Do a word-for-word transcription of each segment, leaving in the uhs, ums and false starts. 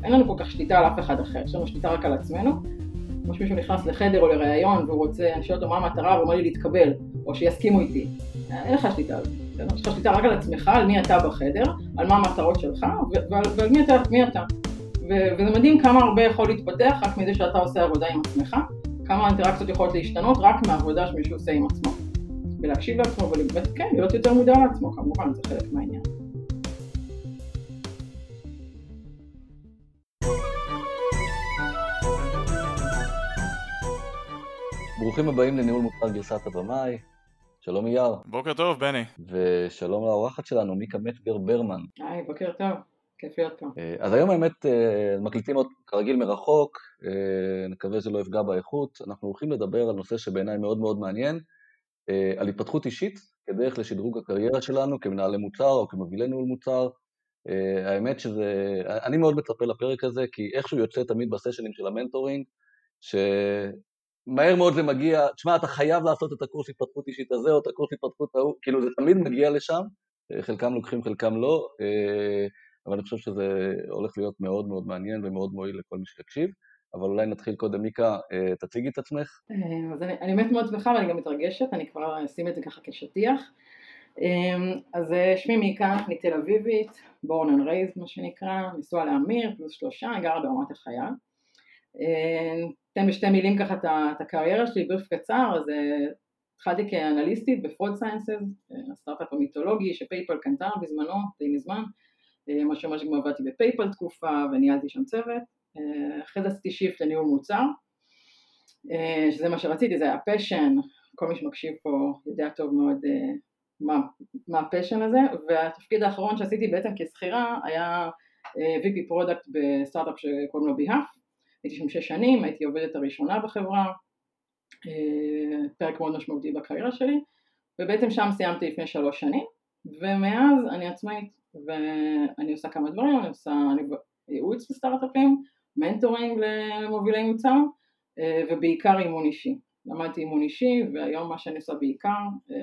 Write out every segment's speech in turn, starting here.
אין לנו כל כך שליטה על אף אחד אחר, יש לנו שליטה רק על עצמנו. כמו שמישהו נכנס לחדר או לראיון והוא רוצה, אני שואל אותו מה המטרה, והוא אומר לי להתקבל, או שיסכימו איתי. אין לך שליטה על זה. יש לך שליטה רק על עצמך, על מי אתה בחדר, על מה המטרות שלך, ועל, ועל מי אתה, מי אתה. ו- וזה מדהים כמה הרבה יכול להתפתח רק מזה שאתה עושה עבודה עם עצמך, כמה האינטראקציות יכולות להשתנות רק מהעבודה שמישהו עושה עם עצמו. ולהקשיב לעצמו ולבט, כן, להיות יותר מודע לעצמו, כמובן, זה חלק מהעניין. ברוכים הבאים לניהול מוצר גרסת הבמאי. שלום אייר. בוקר טוב בני. ושלום לאורחת שלנו מיקה מצגר ברמן. היי, בוקר טוב, כיף להיות פה. אז היום האמת מקליטים עוד כרגיל מרחוק, נקווה שזה לא יפגע באיכות. אנחנו הולכים לדבר על נושא שבעיניי מאוד מאוד מעניין, על התפתחות אישית כדרך לשדרוג הקריירה שלנו כמנהלי מוצר או כמובילי ניהול מוצר. האמת שזה, אני מאוד מצפה לפרק הזה, כי איכשהו יוצא תמיד בסשנים של המנטורינג, ש... מהר מאוד זה מגיע, תשמע, אתה חייב לעשות את הקורס התפתחות אישית הזה, או את הקורס התפתחות ההוא, כאילו זה תמיד מגיע לשם, חלקם לוקחים, חלקם לא, אבל אני חושב שזה הולך להיות מאוד מאוד מעניין ומאוד מועיל לכל מי שיקשיב, אבל אולי נתחיל קודם, מיקה, תציגי את עצמך. אז אני, אני באמת מאוד שמחה ואני גם מתרגשת, אני כבר אשים את זה ככה כשטיח. אז שמי מיקה, אני תל אביבית, born and raised מה שנקרא, ניסוע לאמיר, פלוס שלושה, אני גרה ברמת החייל. אתן בשתי מילים ככה את הקריירה שלי, בריף קצר, אז התחלתי כאנליסטית בפרוד סיינסס, הסטארט-אפ המיתולוגי שפייפל קנתה בזמנו, די מזמן, מה שאומר שגם עבדתי בפייפל תקופה וניהלתי שם צוות, אחרי זה עשיתי שיפט לניהול מוצר, שזה מה שרציתי, זה היה פשן, כל מי שמקשיב פה יודע טוב מאוד מה, מה הפשן הזה, והתפקיד האחרון שעשיתי בעצם כסחירה היה וי פי פרודקט בסטארט-אפ שקוראים לו ביהף, הייתי שם שש שנים, הייתי עובדת הראשונה בחברה, פרק מאוד משמעותי בקריירה שלי, ובעצם שם סיימתי לפני שלוש שנים, ומאז אני עצמאית, ואני עושה כמה דברים, אני עושה ייעוץ בסטארט-אפים, מנטורינג למובילי מוצר, ובעיקר אימון אישי. למדתי אימון אישי, והיום מה שאני עושה בעיקר,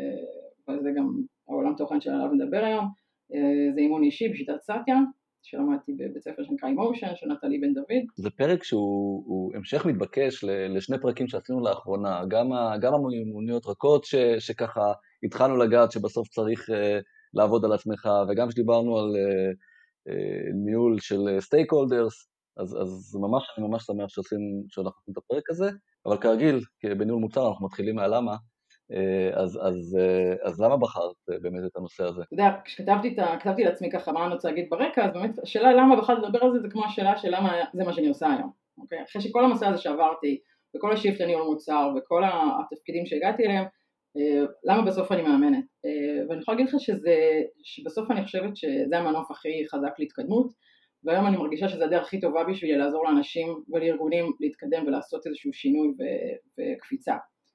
וזה גם העולם תוכן שעליו נדבר היום, זה אימון אישי בשיטת סאטיה, שלמדתי בבית ספר שנקרא אימושן, של נטלי בן דוד. זה פרק שהוא המשך מתבקש לשני פרקים שעשינו לאחרונה, גם, גם המוניות רכות ש, שככה התחלנו לגעת שבסוף צריך uh, לעבוד על עצמך, וגם שדיברנו על uh, uh, ניהול של סטייק הולדרס, אז, אז ממש, אני ממש שמח שעושים, שאנחנו עושים את הפרק הזה, אבל כרגיל, בניהול מוצר אנחנו מתחילים מהלמה, אז, אז, אז למה בחרת באמת את הנושא הזה? אתה יודע, כשכתבתי כתבתי לעצמי ככה מה אני רוצה להגיד ברקע, אז באמת השאלה למה בכלל לדבר על זה, זה כמו השאלה של למה זה מה שאני עושה היום. אוקיי? אחרי שכל המסע הזה שעברתי, וכל השיפט לניהול מוצר, וכל התפקידים שהגעתי אליהם, למה בסוף אני מאמנת? ואני יכולה להגיד לך שזה, שבסוף אני חושבת שזה המנוף הכי חזק להתקדמות, והיום אני מרגישה שזה הדרך הכי טובה בשביל לעזור לאנשים ולארגונים להתקדם ולעשות איזשהו שינוי וקפיצה.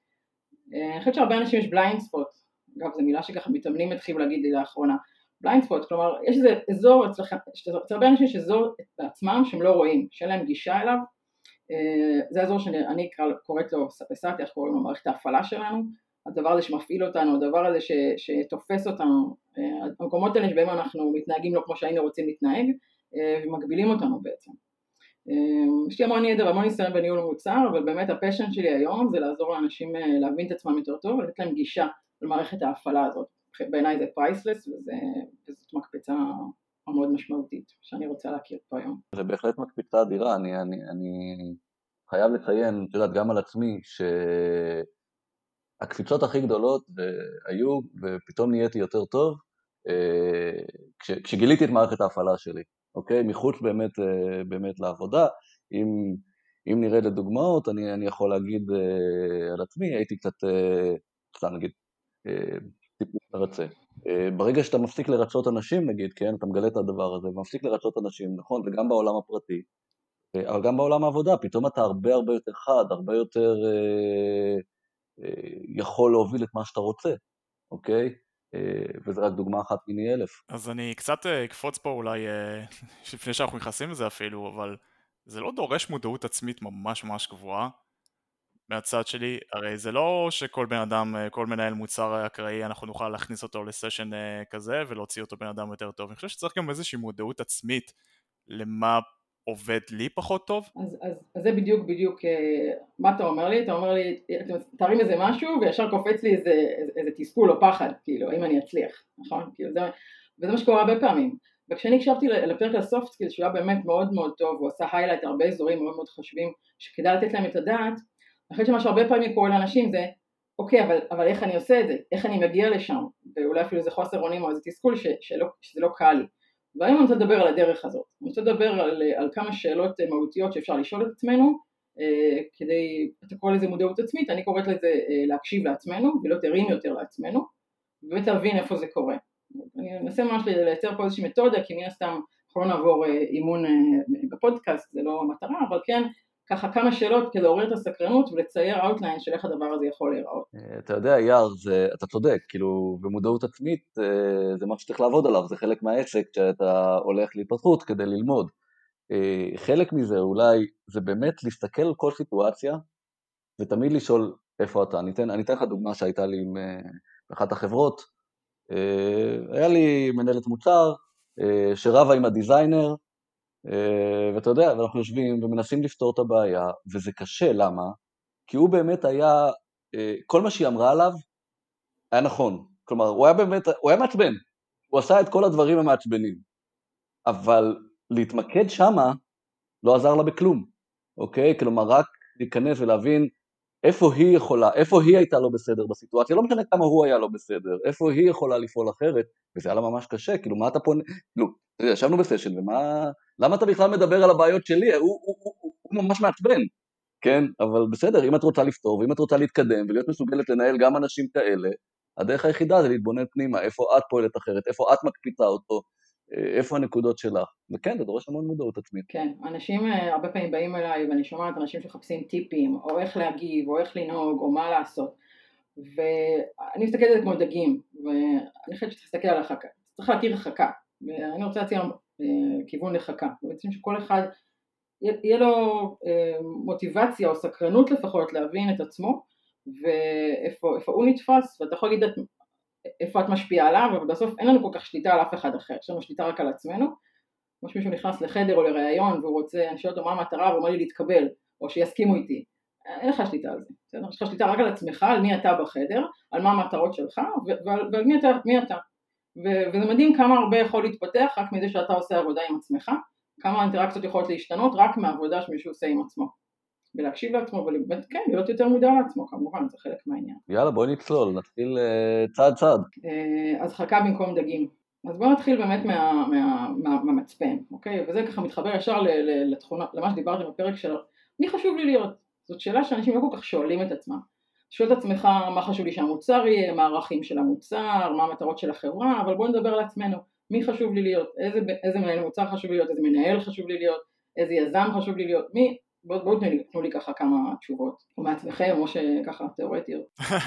אני חושבת שהרבה אנשים יש בליינד ספוט, אגב זו מילה שככה מתאמנים התחילו להגיד לי לאחרונה, בליינד ספוט, כלומר יש איזה אזור אצלכם, אצל הרבה אנשים יש אזור בעצמם שהם לא רואים, שאין להם גישה אליו, זה האזור שאני קוראת לו בסאטיה, קוראים לו מערכת ההפעלה שלנו, הדבר הזה שמפעיל אותנו, הדבר הזה ש, שתופס אותנו, המקומות האלה שבהם אנחנו מתנהגים לא כמו שהיינו רוצים להתנהג, ומגבילים אותנו בעצם. יש לי המון ידע והמון ניסיון בניהול מוצר, אבל באמת הפשן שלי היום זה לעזור לאנשים להבין את עצמם יותר טוב, ולתת להם גישה למערכת ההפעלה הזאת. בעיניי זה פרייסלס, וזאת מקפצה מאוד משמעותית, שאני רוצה להכיר פה היום. זה בהחלט מקפצה אדירה, אני, אני, אני חייב לציין, את יודעת, גם על עצמי, שהקפיצות הכי גדולות היו, ופתאום נהייתי יותר טוב, כש, כשגיליתי את מערכת ההפעלה שלי. אוקיי, מחוץ באמת, באמת לעבודה, אם, אם נראה לדוגמאות, אני, אני יכול להגיד אה, על עצמי, הייתי קצת, אה, קצת נגיד, אה, טיפוס לרצה. אה, ברגע שאתה מפסיק לרצות אנשים, נגיד, כן, אתה מגלה את הדבר הזה, ומפסיק לרצות אנשים, נכון, וגם בעולם הפרטי, אה, אבל גם בעולם העבודה, פתאום אתה הרבה הרבה יותר חד, הרבה יותר אה, אה, יכול להוביל את מה שאתה רוצה, אוקיי? וזה רק דוגמה אחת מיני אלף. אז אני קצת אקפוץ פה אולי לפני שאנחנו נכנסים לזה אפילו, אבל זה לא דורש מודעות עצמית ממש ממש גבוהה מהצד שלי. הרי זה לא שכל בן אדם, כל מנהל מוצר אקראי אנחנו נוכל להכניס אותו לסשן כזה ולהוציא אותו בן אדם יותר טוב. אני חושב שצריך גם איזושהי מודעות עצמית למה עובד לי פחות טוב? אז, אז, אז זה בדיוק בדיוק מה אתה אומר לי, אתה אומר לי, תרים איזה משהו וישר קופץ לי איזה, איזה, איזה תסכול או פחד, כאילו, אם אני אצליח, נכון? כאילו זה, וזה מה שקורה הרבה פעמים. וכשאני הקשבתי לפרק הסופט סקיל, שהוא היה באמת מאוד מאוד טוב, הוא עשה היילייט הרבה אזורים מאוד מאוד חשובים, שכדאי לתת להם את הדעת, אני חושבת שמה שהרבה פעמים קורה לאנשים זה, אוקיי, אבל, אבל איך אני עושה את זה? איך אני מגיע לשם? ואולי אפילו זה חוסר אונים או איזה תסכול ש, שלא, שזה לא קל לי. והיום אני רוצה לדבר על הדרך הזאת, אני רוצה לדבר על, על כמה שאלות מהותיות שאפשר לשאול את עצמנו, אה, כדי, אתה קורא לזה מודעות עצמית, אני קוראת לזה אה, להקשיב לעצמנו, ולהיות ערים יותר לעצמנו, ובאמת להבין איפה זה קורה. אני אנסה ממש לייצר פה איזושהי מתודה, כי מן הסתם אנחנו לא נעבור אה, אימון אה, בפודקאסט, זה לא המטרה, אבל כן, ככה כמה שאלות כדי לעורר את הסקרנות ולצייר אאוטליין של איך הדבר הזה יכול להיראות. אתה יודע, יער, זה, אתה צודק, כאילו, במודעות עצמית זה מה שצריך לעבוד עליו, זה חלק מהעסק שאתה הולך להתפתחות כדי ללמוד. חלק מזה אולי זה באמת להסתכל על כל סיטואציה, ותמיד לשאול איפה אתה. אני אתן, אני אתן לך דוגמה שהייתה לי עם אחת החברות, היה לי מנהלת מוצר שרבה עם הדיזיינר, ואתה יודע, ואנחנו יושבים ומנסים לפתור את הבעיה, וזה קשה, למה? כי הוא באמת היה, כל מה שהיא אמרה עליו, היה נכון. כלומר, הוא היה באמת, הוא היה מעצבן. הוא עשה את כל הדברים המעצבנים. אבל להתמקד שמה, לא עזר לה בכלום. אוקיי? כלומר, רק להיכנס ולהבין איפה היא יכולה, איפה היא הייתה לא בסדר בסיטואציה, לא משנה כמה הוא היה לא בסדר, איפה היא יכולה לפעול אחרת, וזה היה לה ממש קשה, כאילו, מה אתה פה, כאילו, ישבנו בסשן, ומה, למה אתה בכלל מדבר על הבעיות שלי? הוא, הוא, הוא, הוא, הוא ממש מעצבן. כן, אבל בסדר, אם את רוצה לפתור, ואם את רוצה להתקדם, ולהיות מסוגלת לנהל גם אנשים כאלה, הדרך היחידה זה להתבונן פנימה, איפה את פועלת אחרת, איפה את מקפיצה אותו, איפה הנקודות שלך, וכן, זה דורש המון מודעות עצמית. כן, אנשים הרבה פעמים באים אליי, ואני שומעת אנשים שחפשים טיפים, או איך להגיב, או איך לנהוג, או מה לעשות, ואני מסתכלת על זה כמו דגים, ואני חושבת שצריך להסתכל על החכה, צריך להכיר חכה, ואני רוצה להציע כיוון לחכה, ובעצם שכל אחד יהיה לו מוטיבציה או סקרנות לפחות להבין את עצמו, ואיפה הוא נתפס, ואתה יכול להגיד איפה את משפיעה עליו, אבל בסוף אין לנו כל כך שליטה על אף אחד אחר, יש לנו שליטה רק על עצמנו, כמו שמישהו נכנס לחדר או לראיון, והוא רוצה, אני שואל אותו מה המטרה, והוא אומר לי להתקבל, או שיסכימו איתי, אין לך שליטה על זה, בסדר? יש לך שליטה רק על עצמך, על מי אתה בחדר, על מה המטרות שלך, ועל, ועל מי אתה, מי אתה. וזה מדהים כמה הרבה יכול להתפתח, רק מזה שאתה עושה עבודה עם עצמך, כמה האינטראקציות יכולות להשתנות רק מהעבודה שמישהו עושה עם עצמו. ולהקשיב לעצמו, ובאמת כן, להיות יותר מודע לעצמו, כמובן, זה חלק מהעניין. יאללה, בואי נצלול, נתחיל צעד צעד. אז חכה במקום דגים. אז בואו נתחיל באמת מה, מה, מה, מהמצפן, אוקיי? וזה ככה מתחבר ישר לתכונה, למה שדיברתם בפרק שלו. מי חשוב לי להיות? זאת שאלה שאנשים לא כל כך שואלים את עצמם. שואל את עצמך מה חשוב לי שהמוצר יהיה, מה הערכים של המוצר, מה המטרות של החברה, אבל בואו נדבר על עצמנו. מי חשוב לי להיות? איזה, איזה מנהל מוצר חשוב לי להיות? איזה מנהל חשוב לי להיות? איזה יזם חשוב לי להיות? מי? בואו בוא תנו, תנו לי ככה כמה תשובות. או מעצמכם, או שככה תיאורטיות.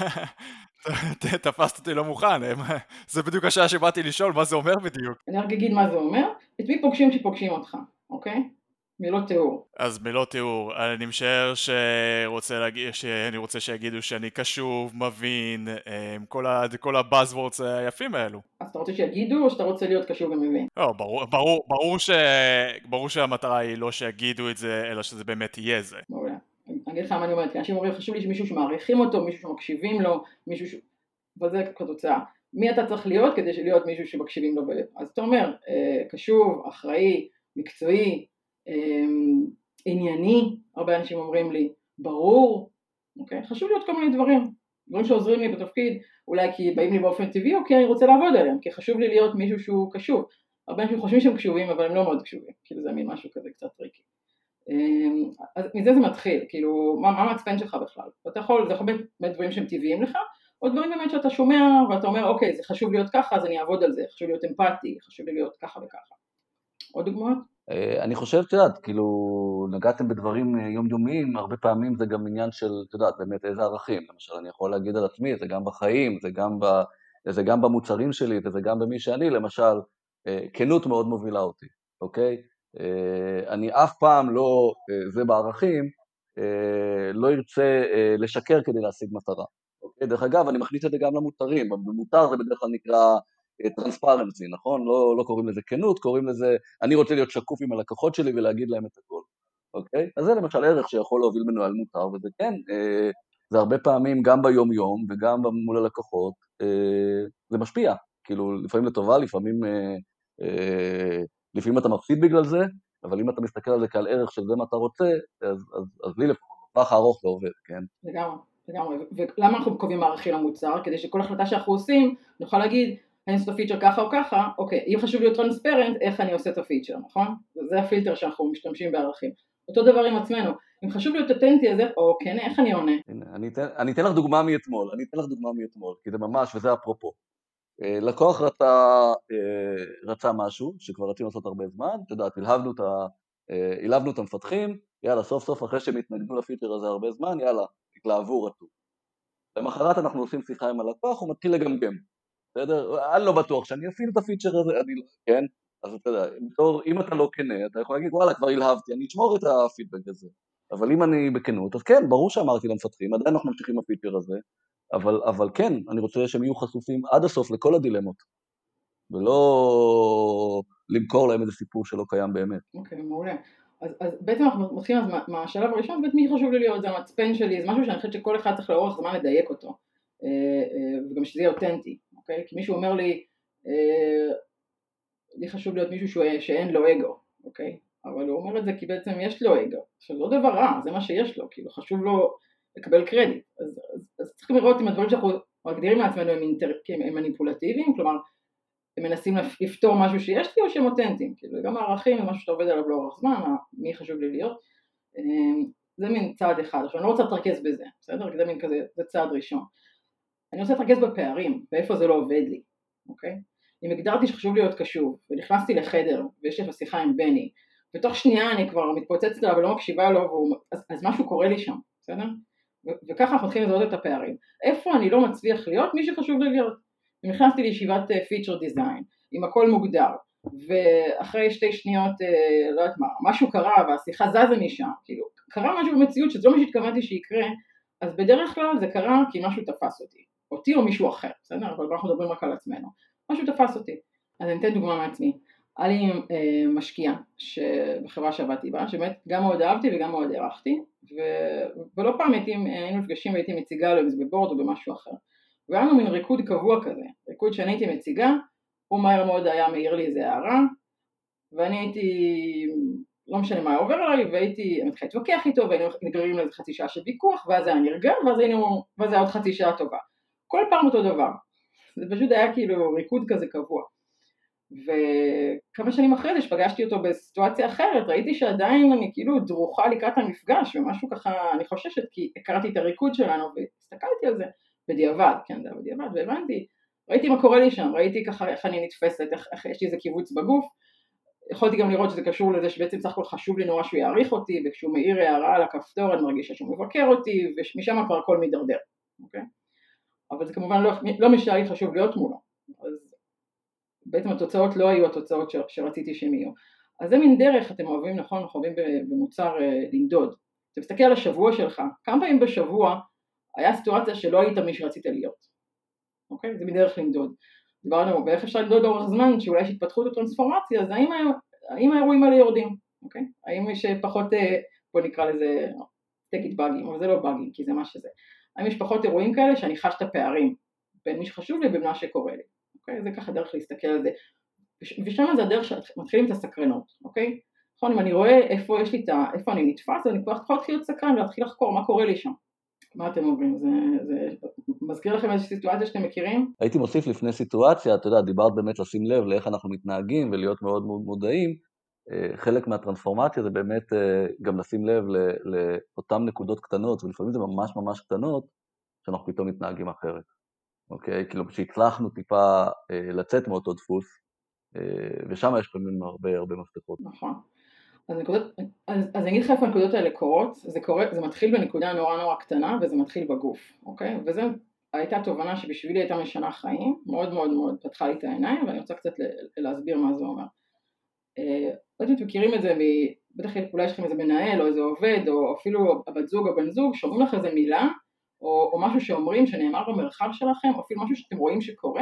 תפסת אותי לא מוכן, זה בדיוק השעה שבאתי לשאול מה זה אומר בדיוק. אני רק אגיד מה זה אומר, את מי פוגשים שפוגשים אותך, אוקיי? מילות תיאור. אז מילות תיאור, אני משער שרוצה להגיד, שאני רוצה שיגידו שאני קשוב, מבין, כל, ה, כל הבאזוורדס היפים האלו. אז אתה רוצה שיגידו או שאתה רוצה להיות קשוב ומבין? לא, ברור, ברור, ברור, ש, ברור שהמטרה היא לא שיגידו את זה, אלא שזה באמת יהיה זה. מעולה. אני אגיד לך מה אני אומרת, כי אנשים אומרים, חשוב לי שמישהו שמעריכים אותו, מישהו שמקשיבים לו, מישהו ש... וזה כתוצאה. מי אתה צריך להיות כדי להיות מישהו שמקשיבים לו? אז אתה אומר, קשוב, אחראי, מקצועי, ענייני, הרבה אנשים אומרים לי, ברור, אוקיי? חשוב להיות כל מיני דברים, דברים שעוזרים לי בתפקיד, אולי כי באים לי באופן טבעי, או כי אני רוצה לעבוד עליהם, כי חשוב לי להיות מישהו שהוא קשוב. הרבה אנשים חושבים שהם קשובים, אבל הם לא מאוד קשובים, כאילו זה מין משהו כזה קצת טריקי. אז מזה זה מתחיל, כאילו, מה, מה המצפן שלך בכלל? ואתה יכול, זה יכול להיות דברים שהם טבעיים לך, או דברים באמת שאתה שומע, ואתה אומר, אוקיי, זה חשוב להיות ככה, אז אני אעבוד על זה, חשוב להיות אמפתי, חשוב לי להיות ככה וככה. עוד דוגמאות? אני חושב, את יודעת, כאילו, נגעתם בדברים יומיומיים, הרבה פעמים זה גם עניין של, את יודעת, באמת איזה ערכים. למשל, אני יכול להגיד על עצמי, זה גם בחיים, זה גם, ב, זה גם במוצרים שלי, וזה גם במי שאני, למשל, כנות מאוד מובילה אותי, אוקיי? אני אף פעם לא, זה בערכים, לא ירצה לשקר כדי להשיג מטרה. אוקיי? דרך אגב, אני מכניס את זה גם למוצרים, במוצר זה בדרך כלל נקרא טרנספרנסי, נכון? לא, לא קוראים לזה כנות, קוראים לזה, אני רוצה להיות שקוף עם הלקוחות שלי ולהגיד להם את הכל, אוקיי? אז זה למשל ערך שיכול להוביל מנוהל מוצר, וזה כן, אה, זה הרבה פעמים גם ביום יום וגם מול הלקוחות, אה, זה משפיע, כאילו לפעמים לטובה, לפעמים, אה, אה, לפעמים אתה מפסיד בגלל זה, אבל אם אתה מסתכל על זה כעל ערך של זה מה אתה רוצה, אז, אז, אז לי לפחות, בטווח הארוך זה עובד, כן? לגמרי, לגמרי. ולמה אנחנו קובעים מערכים למוצר? כדי שכל החלטה שאנחנו עושים, נוכל להגיד, אני עושה את הפיצ'ר ככה או ככה, אוקיי, אם חשוב להיות טרנספרנט, איך אני עושה את הפיצ'ר, נכון? זה הפילטר שאנחנו משתמשים בערכים. אותו דבר עם עצמנו, אם חשוב להיות אותנטי, אז או כן, איך אני עונה? הנה, אני אתן, אני אתן לך דוגמה מאתמול, אני אתן לך דוגמה מאתמול, כי זה ממש, וזה אפרופו. לקוח רצה, רצה משהו שכבר רצינו לעשות הרבה זמן, אתה יודע, הלהבנו את ה... הלהבנו את המפתחים, יאללה, סוף סוף אחרי שהם התנגדו לפיצ'ר הזה הרבה זמן, יאללה, התלהבו, רצו. למחרת אנחנו עושים שיחה עם הלקוח, הוא מתחיל לגמגם, בסדר? אני לא בטוח שאני אפעיל את הפיצ'ר הזה, אני לא, כן? אז אתה יודע, אם אתה לא כנה, אתה יכול להגיד, וואלה, כבר הלהבתי, אני אשמור את הפידבק הזה. אבל אם אני בכנות, אז כן, ברור שאמרתי למפתחים, עדיין אנחנו ממשיכים הפיצ'ר הזה, אבל, אבל כן, אני רוצה שהם יהיו חשופים עד הסוף לכל הדילמות, ולא למכור להם איזה סיפור שלא קיים באמת. אוקיי, מעולה. אז, אז בעצם אנחנו מתחילים אז מהשלב הראשון, באמת מי חשוב לי להיות, זה המצפן שלי, זה משהו שאני חושבת שכל אחד צריך לאורך זמן לדייק אותו, וגם שזה יהיה אותנטי, אוקיי? כי מישהו אומר לי, לי חשוב להיות מישהו שאין לו אגו, אוקיי? אבל הוא אומר את זה כי בעצם יש לו אגו, עכשיו לא דבר רע, זה מה שיש לו, כאילו חשוב לו לקבל קרדיט, אז, אז, אז צריכים לראות אם הדברים שאנחנו מגדירים לעצמנו הם, אינטר, הם מניפולטיביים, כלומר הם מנסים לפתור משהו שיש לי או שהם אותנטיים, כאילו גם הערכים זה משהו שאתה עובד עליו לאורך זמן, מי חשוב לי להיות, זה מין צעד אחד, עכשיו אני לא רוצה להתרכז בזה, בסדר? זה מין כזה, זה צעד ראשון, אני רוצה להתרכז בפערים, ואיפה זה לא עובד לי, אוקיי? אם הגדרתי שחשוב להיות קשוב, ונכנסתי לחדר, ויש לי שיחה עם בני, ותוך שנייה אני כבר מתפוצצת עליו ולא מקשיבה לו, והוא, אז, אז משהו קורה לי שם, בסדר? ו- וככה אנחנו מתחילים לזהות את הפערים. איפה אני לא מצליח להיות? מי שחשוב לי להיות. אם נכנסתי לישיבת פיצ'ר דיזיין, עם הכל מוגדר, ואחרי שתי שניות, לא יודעת מה, משהו קרה, והשיחה זזה משם, כאילו, קרה משהו במציאות שזה לא מה שהתכוונתי שיקרה, אז בדרך כלל זה קרה כי משהו תפס אותי, אותי או מישהו אחר, בסדר? אבל אנחנו מדברים רק על עצמנו. משהו תפס אותי. אז אני אתן דוגמה מעצמי. היה לי אה, משקיע בחברה שעבדתי בה, שבאמת גם מאוד אהבתי וגם מאוד הערכתי, ו- ולא פעם הייתי, היינו נפגשים והייתי מציגה לו אם זה בבורד או במשהו אחר. והיה לנו מין ריקוד קבוע כזה, ריקוד שאני הייתי מציגה, הוא מהר מאוד היה מעיר לי איזה הערה, ואני הייתי, לא משנה מה עובר עליי, והייתי מתחילה להתווכח איתו, והיינו נגררים לאיזה חצי שעה של ויכוח, ואז היה נרגע, ואז היינו, ואז היה עוד חצי שעה טובה. כל פעם אותו דבר. זה פשוט היה כאילו ריקוד כזה קבוע. וכמה שנים אחרי זה שפגשתי אותו בסיטואציה אחרת, ראיתי שעדיין אני כאילו דרוכה לקראת המפגש, ומשהו ככה, אני חוששת, כי הכרתי את הריקוד שלנו, והסתכלתי על זה בדיעבד, כן, זה היה בדיעבד, והבנתי, ראיתי מה קורה לי שם, ראיתי ככה איך אני נתפסת, איך, איך יש לי איזה קיבוץ בגוף, יכולתי גם לראות שזה קשור לזה שבעצם צריך כל חשוב לי נורא שהוא יעריך אותי, וכשהוא מאיר הערה על הכפתור אני מרגישה שהוא מבקר אותי, ומשם כבר הכל מדרדר, אוקיי? אבל זה כמובן לא, לא משנה לי חשוב להיות מולו, אז בעצם התוצאות לא היו התוצאות ש, שרציתי שהם יהיו. אז זה מין דרך, אתם אוהבים, נכון, אנחנו אוהבים במוצר למדוד. אתה מסתכל על השבוע שלך, כמה פעמים בשבוע היה סיטואציה שלא היית מי שרצית להיות, אוקיי? זה מדרך למדוד. דיברנו, ואיך אפשר למדוד לאורך זמן, שאולי יש התפתחות או טרנספורמציה, אז האם, האם האירועים האלה יורדים, אוקיי? האם יש פחות, בוא נקרא לזה, טקט באגים, אבל זה לא באגים, כי זה מה שזה. האם יש פחות אירועים כאלה שאני חש את הפערים בין מי שחשוב לי ובין מה שקורה לי, אוקיי? זה ככה דרך להסתכל על זה, ושם זה הדרך שמתחילים את הסקרנות, אוקיי? נכון, אם אני רואה איפה יש לי את ה... איפה אני נתפס, אני כבר יכול להתחיל להיות סקרן ולהתחיל לחקור מה קורה לי שם. מה אתם אומרים? זה, זה מזכיר לכם איזושהי סיטואציה שאתם מכירים? הייתי מוסיף לפני סיטואציה, אתה יודע, דיברת באמת לשים לב לאיך אנחנו מתנהגים ולהיות מאוד מאוד מודעים, חלק מהטרנספורמציה זה באמת גם לשים לב לאותן נקודות קטנות, ולפעמים זה ממש ממש קטנות, שאנחנו פתאום מתנהגים אחרת. אוקיי? כאילו שהצלחנו טיפה לצאת מאותו דפוס, ושם יש פעמים הרבה הרבה מפתחות. נכון. אז, נקודות, אז, אז אני אגיד לך איפה הנקודות האלה קורות, זה, קורה, זה מתחיל בנקודה נורא נורא קטנה, וזה מתחיל בגוף, אוקיי? וזה הייתה תובנה שבשבילי הייתה משנה חיים, מאוד מאוד מאוד פתחה לי את העיניים, ואני רוצה קצת להסביר מה זה אומר. לא יודעת אם מכירים את זה, בטח אולי יש לכם איזה מנהל או איזה עובד, או אפילו הבת זוג או בן זוג, שאומרים לך איזה מילה, או, או משהו שאומרים שנאמר במרחב שלכם, או אפילו משהו שאתם רואים שקורה,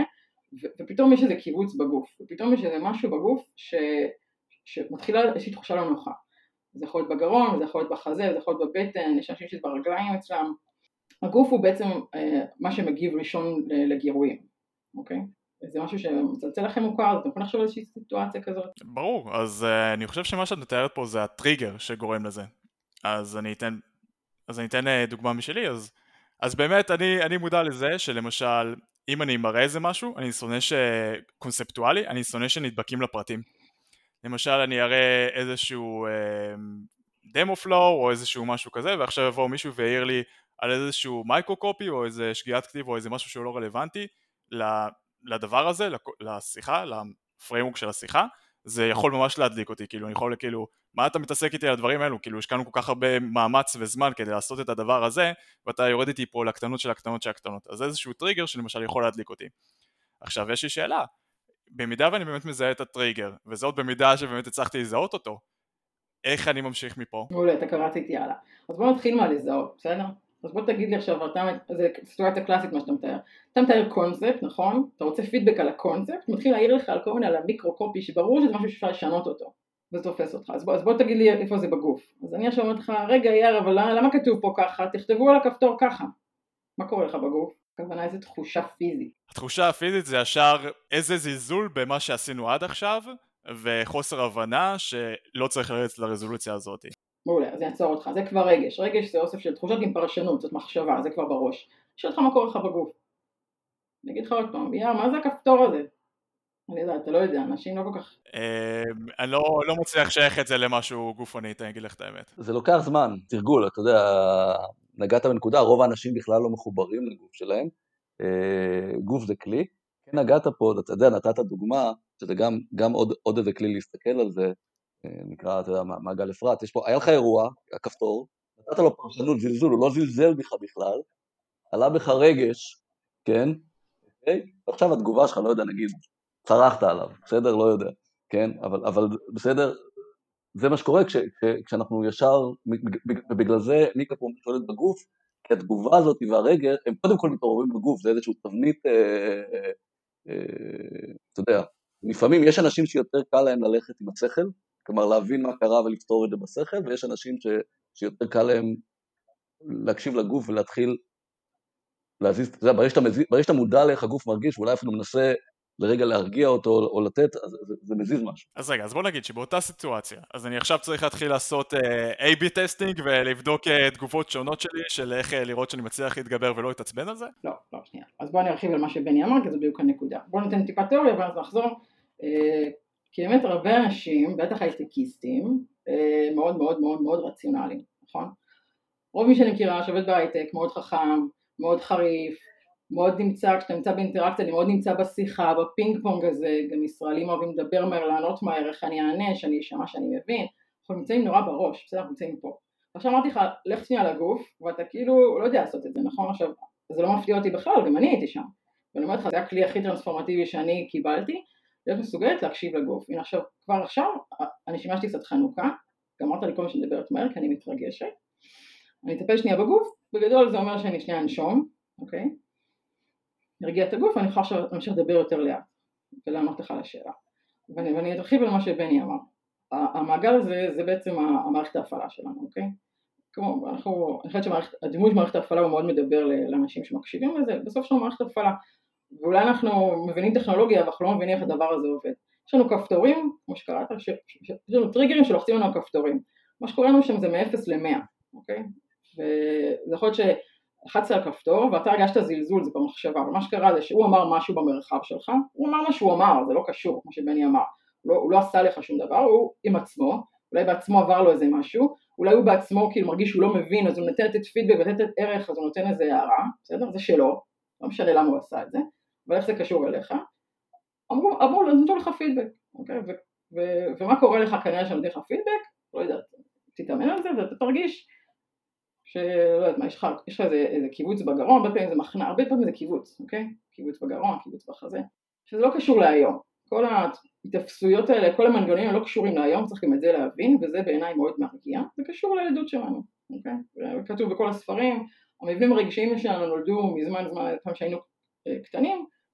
ו- ופתאום יש איזה קיבוץ בגוף, ופתאום יש איזה משהו בגוף ש... שמתחילה איזושהי תחושה לא נוחה. זה יכול להיות בגרון, זה יכול להיות בחזה, זה יכול להיות בבטן, יש אנשים שזה ברגליים אצלם. הגוף הוא בעצם אה, מה שמגיב ראשון לגירויים, אוקיי? זה משהו שמצלצל לכם מוכר, אז אתם יכולים לחשוב על איזושהי סיטואציה כזאת? ברור, אז uh, אני חושב שמה שאת מתארת פה זה הטריגר שגורם לזה. אז אני אתן, אז אני אתן uh, דוגמה משלי, אז, אז באמת אני, אני מודע לזה שלמשל, אם אני מראה איזה משהו, אני שונא שקונספטואלי, אני שונא שנדבקים לפרטים. למשל אני אראה איזשהו דמו פלואו או איזשהו משהו כזה, ועכשיו יבוא מישהו ויעיר לי על איזשהו מייקרו קופי או איזה שגיאת כתיב או איזה משהו שהוא לא רלוונטי לדבר הזה, לשיחה, לפריימורק של השיחה, זה יכול ממש להדליק אותי, כאילו אני יכול כאילו, מה אתה מתעסק איתי על הדברים האלו, כאילו השקענו כל כך הרבה מאמץ וזמן כדי לעשות את הדבר הזה, ואתה יורד איתי פה לקטנות של הקטנות של הקטנות, אז זה איזשהו טריגר שלמשל יכול להדליק אותי. עכשיו יש לי שאלה, במידה ואני באמת מזהה את הטריגר, וזאת במידה שבאמת הצלחתי לזהות אותו, איך אני ממשיך מפה? מעולה, אתה קראת איתי הלאה. אז בוא נתחיל מהלזהות, בסדר? אז בוא תגיד לי עכשיו, אתה, זה סיטואציה קלאסית מה שאתה מתאר. אתה מתאר קונספט, נכון? אתה רוצה פידבק על הקונספט, מתחיל להעיר לך על כל מיני, על המיקרו קופי, שברור שזה משהו שאפשר לשנות אותו, וזה תופס אותך. אז בוא, אז בוא תגיד לי איפה זה בגוף. אז אני עכשיו אומרת לך, רגע יאר, אבל למה כתוב פה ככה? תכתבו על הכפתור ככה. מה קורה לך בגוף? הכוונה איזה תחושה פיזית. התחושה הפיזית זה ישר איזה זלזול במה שעשינו עד עכשיו, וחוסר הבנה שלא צריך לרדת לרזולוציה הזאת. מעולה, אז אני אעצור אותך. זה כבר רגש. רגש זה אוסף של תחושות עם פרשנות, זאת מחשבה, זה כבר בראש. שואל אותך מה קורה לך בגוף. אני אגיד לך עוד פעם, יאר, מה זה הכפתור הזה? אני יודע, אתה לא יודע, אנשים לא כל כך... אני לא מצליח שייך את זה למשהו גופני, אני אגיד לך את האמת. זה לוקח זמן, תרגול, אתה יודע, נגעת בנקודה, רוב האנשים בכלל לא מחוברים לגוף שלהם, גוף זה כלי, כן נגעת פה, אתה יודע, נתת דוגמה, שזה גם, גם עוד, עוד איזה כלי להסתכל על זה, נקרא, אתה יודע, מעגל אפרת, יש פה, היה לך אירוע, הכפתור, נתת לו פרשנות, זלזול, הוא לא זלזל בך בכלל, עלה בך רגש, כן, אוקיי? ועכשיו התגובה שלך, לא יודע, נגיד, צרחת עליו, בסדר? לא יודע, כן, אבל, אבל בסדר, זה מה שקורה כש, כש, כשאנחנו ישר, ובגלל זה ניקה פה שואלת בגוף, כי התגובה הזאת והרגע, הם קודם כל מתעוררים בגוף, זה איזשהו תבנית, אה, אה, אה, אתה יודע, לפעמים יש אנשים שיותר קל להם ללכת עם השכל, כלומר להבין מה קרה ולפתור את זה בשכל, ויש אנשים ש, שיותר קל להם להקשיב לגוף ולהתחיל להזיז, אתה יודע, ברגע שאתה, מזיז, ברגע שאתה מודע לאיך הגוף מרגיש, ואולי אפילו מנסה לרגע להרגיע אותו או לתת, אז זה, זה מזיז משהו. אז רגע, אז בוא נגיד שבאותה סיטואציה, אז אני עכשיו צריך להתחיל לעשות איי בי טסטינג ולבדוק uh, תגובות שונות שלי, של איך uh, לראות שאני מצליח להתגבר ולא להתעצבן על זה? לא, לא, שנייה. אז בוא אני ארחיב על מה שבני אמר, כי זה בדיוק הנקודה. בוא ניתן טיפה תיאוריה ואז נחזור. Uh, כי באמת הרבה אנשים, בטח הייטקיסטים, uh, מאוד מאוד מאוד מאוד רציונליים, נכון? רוב מי שאני מכירה שעובד בהייטק, מאוד חכם, מאוד חריף, מאוד נמצא, כשאתה נמצא באינטראקציה, אני מאוד נמצא בשיחה, בפינג פונג הזה, גם ישראלים אוהבים לדבר מהר, לענות מהר, איך אני אענה, שאני אשמע, שאני מבין, אנחנו נמצאים נורא בראש, בסדר, אנחנו נמצאים פה. עכשיו אמרתי לך, לך שנייה לגוף, ואתה כאילו לא יודע לעשות את זה, נכון? עכשיו, זה לא מפתיע אותי בכלל, גם אני הייתי שם. ואני אומרת לך, זה הכלי הכי טרנספורמטיבי שאני קיבלתי, להיות מסוגלת להקשיב לגוף. הנה עכשיו, כבר עכשיו, אני שימשתי קצת חנוכה, גמרת לי כל מה שנדברת מהר, כי אני מתרגשת. אני אטפל שנייה בגוף, בגדול זה אומר שאני שנייה אנשום, אוקיי? נרגיע את הגוף, ואני יכולה עכשיו להמשיך לדבר יותר לאט, ולענות לך על השאלה. ואני, ואני אתרחיב על מה שבני אמר. המעגל הזה, זה בעצם המערכת ההפעלה שלנו, אוקיי? כמו, אנחנו, אני חושבת שהדימוי של מערכת ההפעלה הוא מאוד מדבר לאנשים שמקשיבים לזה, בסוף יש לנו מערכת ההפעלה, ואולי אנחנו מבינים טכנולוגיה, אבל אנחנו לא מבינים איך הדבר הזה עובד. יש לנו כפתורים, כמו שקראת, יש לנו טריגרים שלוחצים לנו הכפתורים. מה שקורה לנו שם זה מ-אפס ל-מאה, אוקיי? וזה יכול להיות שלחצת על הכפתור, ואתה הרגשת זלזול, זה במחשבה, אבל מה שקרה זה שהוא אמר משהו במרחב שלך, הוא אמר מה שהוא אמר, זה לא קשור, כמו שבני אמר, הוא לא, הוא לא עשה לך שום דבר, הוא עם עצמו, אולי בעצמו עבר לו איזה משהו, אולי הוא בעצמו כאילו מרגיש שהוא לא מבין, אז הוא נותן לתת פידבק ונותן ערך, אז הוא נותן איזה הערה, בסדר? זה שלו, לא משנה למה הוא עשה את זה, אבל איך זה קשור אליך? אמרו, אמרו, נתנו לך פידבק, אוקיי? ו- ו- ומה קורה לך כנראה שנותן לך פידבק? לא יודעת, תתאמן על זה ואתה תרגיש שלא יודעת מה, יש לך, יש לך איזה, איזה קיבוץ בגרון, הרבה פעמים זה מחנה, הרבה פעמים זה קיבוץ, אוקיי? קיבוץ בגרון, קיבוץ בחזה, שזה לא קשור להיום. כל ההתאפסויות האלה, כל המנגנונים לא קשורים להיום, צריכים את זה להבין, וזה בעיניי מאוד מרגיע, זה קשור לילדות שלנו, אוקיי? כתוב בכל הספרים, המבנים הרגשיים שלנו נולדו מזמן זמן, פעם שהיינו קטנים,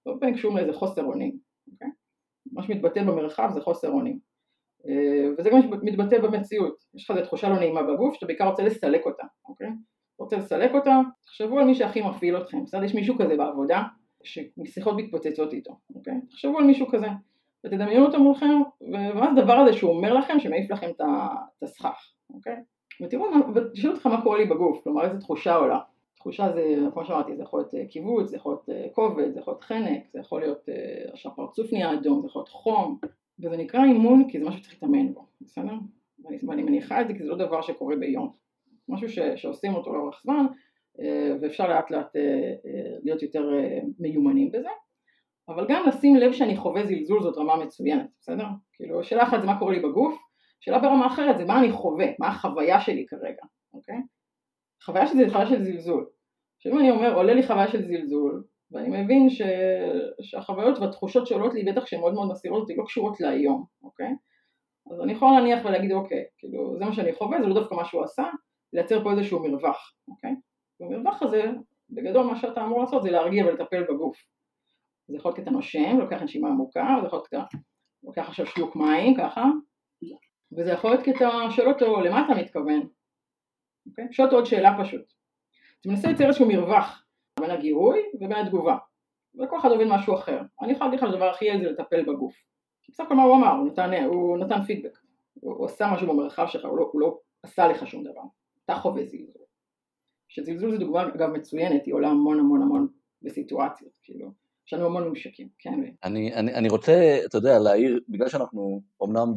הרבה פעמים קשור לאיזה חוסר אונים, אוקיי? מה שמתבטא במרחב זה חוסר אונים, וזה גם מתבטא במציאות, יש לך איזו תחושה לא נעימה בגוף, שאתה בעיקר רוצה לסלק אותה, אוקיי? אתה רוצה לסלק אותה, תחשבו על מי שהכי מפעיל אתכם, בסדר? יש מישהו כזה בעבודה, שמשיחות מתפוצצות איתו, אוקיי? תחשבו על מישהו כזה, ותדמיינו אותו מולכם, ומה הדבר הזה שהוא אומר לכם, שמעיף לכם את הסכך, אוקיי? ותראו, ותשאלו אותך מה קורה לי בגוף, כלומר איזו תחושה עולה. תחושה זה, כמו שאמרתי, זה יכול להיות קיבוץ, זה יכול להיות כובד, זה יכול להיות חנק, זה יכול להיות שהפרצוף נהיה אדום, זה יכול להיות חום, וזה נקרא אימון כי זה משהו שצריך להתאמן בו, בסדר? ואני, ואני מניחה את זה כי זה לא דבר שקורה ביום, משהו ש, שעושים אותו לאורך זמן, ואפשר לאט לאט להיות יותר מיומנים בזה, אבל גם לשים לב שאני חווה זלזול זאת רמה מצוינת, בסדר? כאילו, שאלה אחת זה מה קורה לי בגוף, שאלה ברמה אחרת זה מה אני חווה, מה החוויה שלי כרגע, אוקיי? חוויה שלי זה חוויה של זלזול. שאם אני אומר, עולה לי חוויה של זלזול, ואני מבין ש... שהחוויות והתחושות שעולות לי, בטח שהן מאוד מאוד מסירות אותי, לא קשורות להיום, אוקיי? אז אני יכולה להניח ולהגיד, אוקיי, כאילו, זה מה שאני חווה, זה לא דווקא מה שהוא עשה, לייצר פה איזשהו מרווח, אוקיי? במרווח הזה, בגדול מה שאתה אמור לעשות זה להרגיע ולטפל בגוף. זה יכול להיות כי אתה נושם, לוקח נשימה עמוקה, זה יכול להיות כי אתה לוקח עכשיו שלוק מים, ככה, וזה יכול להיות כי אתה שואל אותו, למה אתה מתכוון? אוקיי? שואל אותו עוד שאלה פשוט. אתה מנסה לצייר איזשהו מרווח בין הגירוי ובין התגובה, וכל אחד עובד משהו אחר. אני יכולה להגיד לך שהדבר הכי יעיל זה לטפל בגוף. בסך הכל מה הוא אמר, הוא נתן, הוא נתן פידבק, הוא, הוא עשה משהו במרחב שלך, הוא לא, הוא לא עשה לך שום דבר. אתה חווה זלזול. שזלזול זה דוגמה אגב מצוינת, היא עולה המון המון המון בסיטואציות, כאילו, יש לנו המון ממשקים, כן. אני, אני, אני רוצה, אתה יודע, להעיר, בגלל שאנחנו אומנם ב...